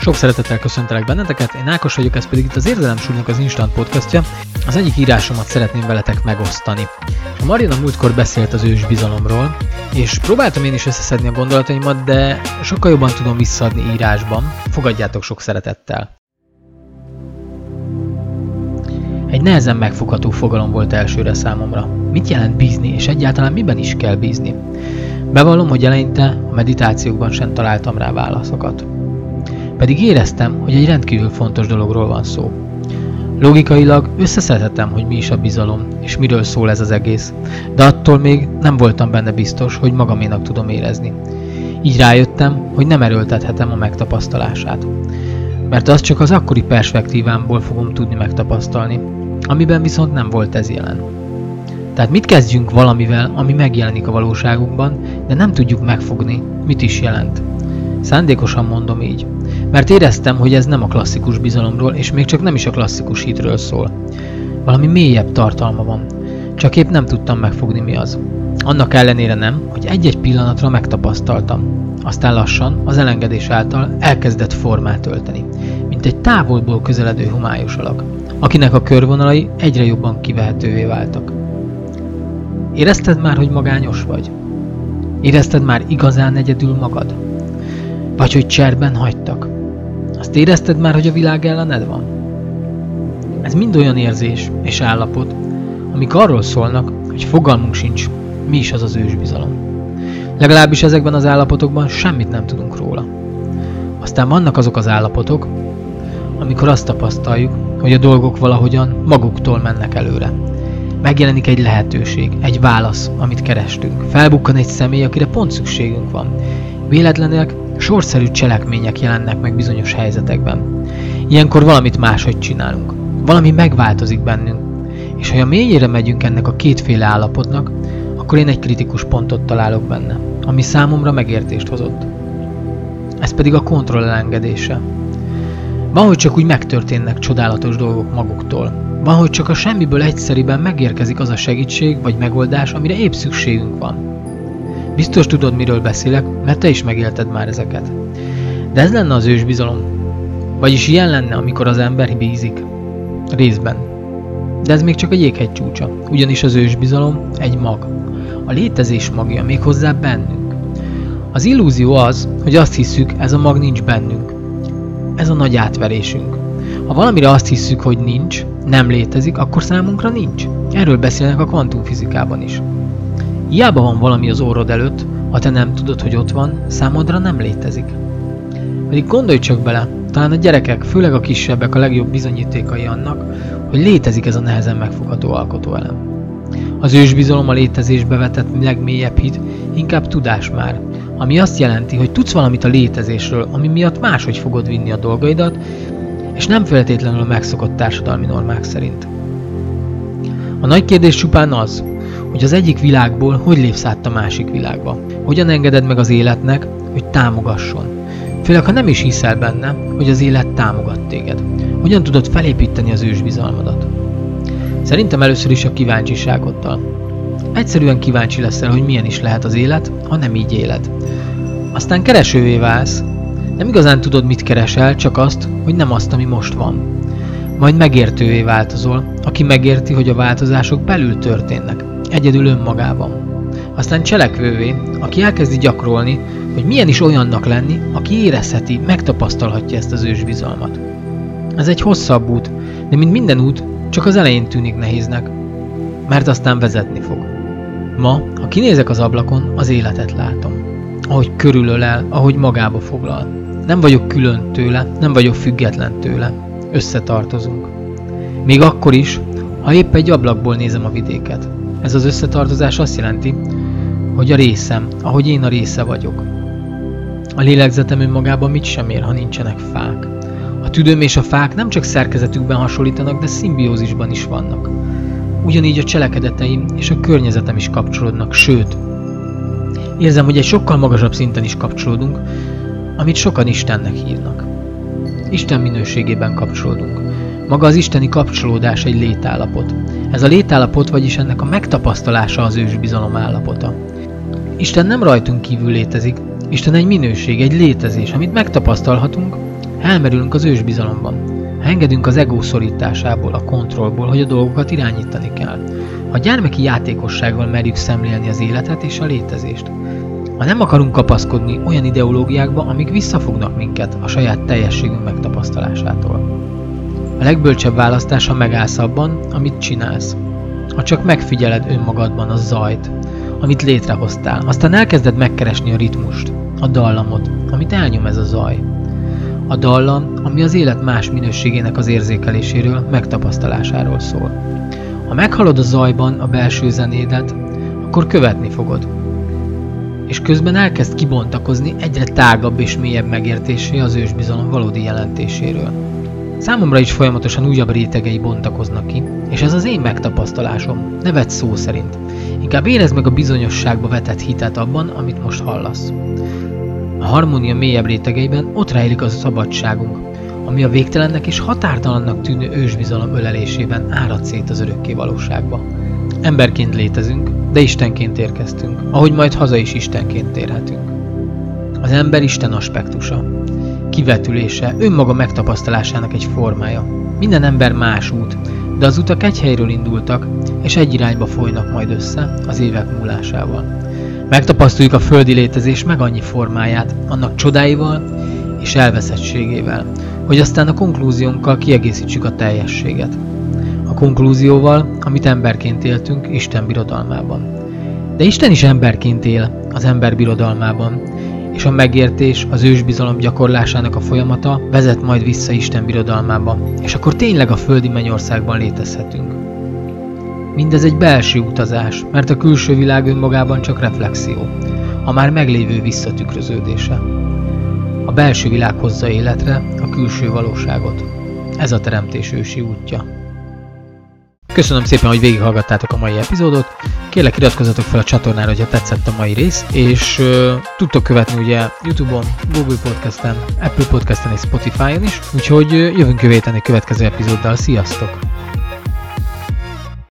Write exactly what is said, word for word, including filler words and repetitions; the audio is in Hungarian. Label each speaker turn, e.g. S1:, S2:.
S1: Sok szeretettel köszöntelek benneteket, én Ákos vagyok, ez pedig itt az Érzelemsúlynak az Instant Podcastja. Az egyik írásomat szeretném veletek megosztani. A Marina múltkor beszélt az ősbizalomról, és próbáltam én is összeszedni a gondolataimat, de sokkal jobban tudom visszaadni írásban. Fogadjátok sok szeretettel. Egy nehezen megfogható fogalom volt elsőre számomra. Mit jelent bízni, és egyáltalán miben is kell bízni? Bevallom, hogy eleinte a meditációkban sem találtam rá válaszokat. Pedig éreztem, hogy egy rendkívül fontos dologról van szó. Logikailag összeszedhetem, hogy mi is a bizalom, és miről szól ez az egész, de attól még nem voltam benne biztos, hogy magaménak tudom érezni. Így rájöttem, hogy nem erőltethetem a megtapasztalását. Mert azt csak az akkori perspektívámból fogom tudni megtapasztalni, amiben viszont nem volt ez jelen. Tehát mit kezdjünk valamivel, ami megjelenik a valóságunkban, de nem tudjuk megfogni, mit is jelent. Szándékosan mondom így, mert éreztem, hogy ez nem a klasszikus bizalomról, és még csak nem is a klasszikus hitről szól. Valami mélyebb tartalma van, csak épp nem tudtam megfogni, mi az. Annak ellenére nem, hogy egy-egy pillanatra megtapasztaltam. Aztán lassan, az elengedés által elkezdett formát ölteni, mint egy távolból közeledő homályos alak, akinek a körvonalai egyre jobban kivehetővé váltak. Érezted már, hogy magányos vagy? Érezted már igazán egyedül magad? Vagy hogy cserben hagytak? Azt érezted már, hogy a világ ellened van? Ez mind olyan érzés és állapot, amik arról szólnak, hogy fogalmunk sincs, mi is az az ősbizalom. Legalábbis ezekben az állapotokban semmit nem tudunk róla. Aztán vannak azok az állapotok, amikor azt tapasztaljuk, hogy a dolgok valahogyan maguktól mennek előre. Megjelenik egy lehetőség, egy válasz, amit kerestünk. Felbukkan egy személy, akire pont szükségünk van. Véletlenek, sorszerű cselekmények jelennek meg bizonyos helyzetekben. Ilyenkor valamit máshogy csinálunk. Valami megváltozik bennünk. És ha a mélyére megyünk ennek a kétféle állapotnak, akkor én egy kritikus pontot találok benne, ami számomra megértést hozott. Ez pedig a kontroll elengedése. Van, hogy csak úgy megtörténnek csodálatos dolgok maguktól. Van, hogy csak a semmiből egyszeriben megérkezik az a segítség vagy megoldás, amire épp szükségünk van. Biztos tudod, miről beszélek, mert te is megélted már ezeket. De ez lenne az ősbizalom. Vagyis ilyen lenne, amikor az ember bízik. Részben. De ez még csak egy jéghegy csúcsa. Ugyanis az ősbizalom egy mag. A létezés magja, méghozzá bennünk. Az illúzió az, hogy azt hisszük, ez a mag nincs bennünk. Ez a nagy átverésünk. Ha valamire azt hisszük, hogy nincs, nem létezik, akkor számunkra nincs. Erről beszélnek a kvantumfizikában is. Hiába van valami az orrod előtt, ha te nem tudod, hogy ott van, számodra nem létezik. Pedig gondolj csak bele, talán a gyerekek, főleg a kisebbek a legjobb bizonyítékai annak, hogy létezik ez a nehezen megfogható alkotóelem. Az ősbizalom a létezésbe vetett legmélyebb hit, inkább tudás már, ami azt jelenti, hogy tudsz valamit a létezésről, ami miatt máshogy fogod vinni a dolgaidat, és nem feltétlenül a megszokott társadalmi normák szerint. A nagy kérdés csupán az, hogy az egyik világból hogy lépsz át a másik világba. Hogyan engeded meg az életnek, hogy támogasson. Főleg, ha nem is hiszel benne, hogy az élet támogat téged. Hogyan tudod felépíteni az ősbizalmadat? Szerintem először is a kíváncsiságoddal. Egyszerűen kíváncsi leszel, hogy milyen is lehet az élet, ha nem így éled. Aztán keresővé válsz. Nem igazán tudod, mit keresel, csak azt, hogy nem azt, ami most van. Majd megértővé változol, aki megérti, hogy a változások belül történnek, egyedül önmagában. Aztán cselekvővé, aki elkezdi gyakorolni, hogy milyen is olyannak lenni, aki érezheti, megtapasztalhatja ezt az ősbizalmat. Ez egy hosszabb út, de mint minden út, csak az elején tűnik nehéznek, mert aztán vezetni fog. Ma, ha kinézek az ablakon, az életet látom. Ahogy körülölel, ahogy magába foglal. Nem vagyok külön tőle, nem vagyok független tőle. Összetartozunk. Még akkor is, ha épp egy ablakból nézem a vidéket. Ez az összetartozás azt jelenti, hogy a részem, ahogy én a része vagyok. A lélegzetem önmagában mit sem ér, ha nincsenek fák. A tüdőm és a fák nem csak szerkezetükben hasonlítanak, de szimbiózisban is vannak. Ugyanígy a cselekedeteim és a környezetem is kapcsolódnak, sőt, érzem, hogy egy sokkal magasabb szinten is kapcsolódunk, amit sokan Istennek hívnak. Isten minőségében kapcsolódunk. Maga az isteni kapcsolódás egy létállapot. Ez a létállapot, vagyis ennek a megtapasztalása az ősbizalom állapota. Isten nem rajtunk kívül létezik, Isten egy minőség, egy létezés, amit megtapasztalhatunk, Elmerülünk az ősbizalomban. Ha engedünk az ego szorításából, a kontrollból, hogy a dolgokat irányítani kell. Ha gyermeki játékossággal merjük szemlélni az életet és a létezést. Ha nem akarunk kapaszkodni olyan ideológiákba, amik visszafognak minket a saját teljességünk megtapasztalásától. A legbölcsebb választás, ha megállsz abban, amit csinálsz. Ha csak megfigyeled önmagadban a zajt, amit létrehoztál, aztán elkezded megkeresni a ritmust, a dallamot, amit elnyom ez a zaj. A dallam, ami az élet más minőségének az érzékeléséről, megtapasztalásáról szól. Ha meghalod a zajban a belső zenédet, akkor követni fogod. És közben elkezd kibontakozni egyre tágabb és mélyebb megértésé az ősbizalom valódi jelentéséről. Számomra is folyamatosan újabb rétegei bontakoznak ki, és ez az én megtapasztalásom, ne vedd szó szerint. Inkább érezd meg a bizonyosságba vetett hitet abban, amit most hallasz. A harmónia mélyebb rétegeiben ott rejlik az a szabadságunk, ami a végtelennek és határtalannak tűnő ősbizalom ölelésében árad szét az örökké valóságba. Emberként létezünk, de Istenként érkeztünk, ahogy majd haza is Istenként térhetünk. Az ember Isten aspektusa, kivetülése, önmaga megtapasztalásának egy formája. Minden ember más út, de az utak egy helyről indultak, és egy irányba folynak majd össze az évek múlásával. Megtapasztaljuk a földi létezés meg annyi formáját, annak csodáival és elveszettségével, hogy aztán a konklúziónkkal kiegészítsük a teljességet. A konklúzióval, amit emberként éltünk Isten birodalmában. De Isten is emberként él az ember birodalmában, és a megértés, az ősbizalom gyakorlásának a folyamata vezet majd vissza Isten birodalmába, és akkor tényleg a földi mennyországban létezhetünk. Mindez egy belső utazás, mert a külső világ önmagában csak reflexió, a már meglévő visszatükröződése. A belső világ hozza életre a külső valóságot. Ez a teremtés ősi útja. Köszönöm szépen, hogy végighallgattátok a mai epizódot. Kérlek, iratkozzatok fel a csatornára, hogyha tetszett a mai rész, és uh, tudtok követni ugye YouTube-on, Google Podcasten, Apple Podcasten és Spotify-on is, úgyhogy uh, jövünk jövő héten egy következő epizóddal. Sziasztok!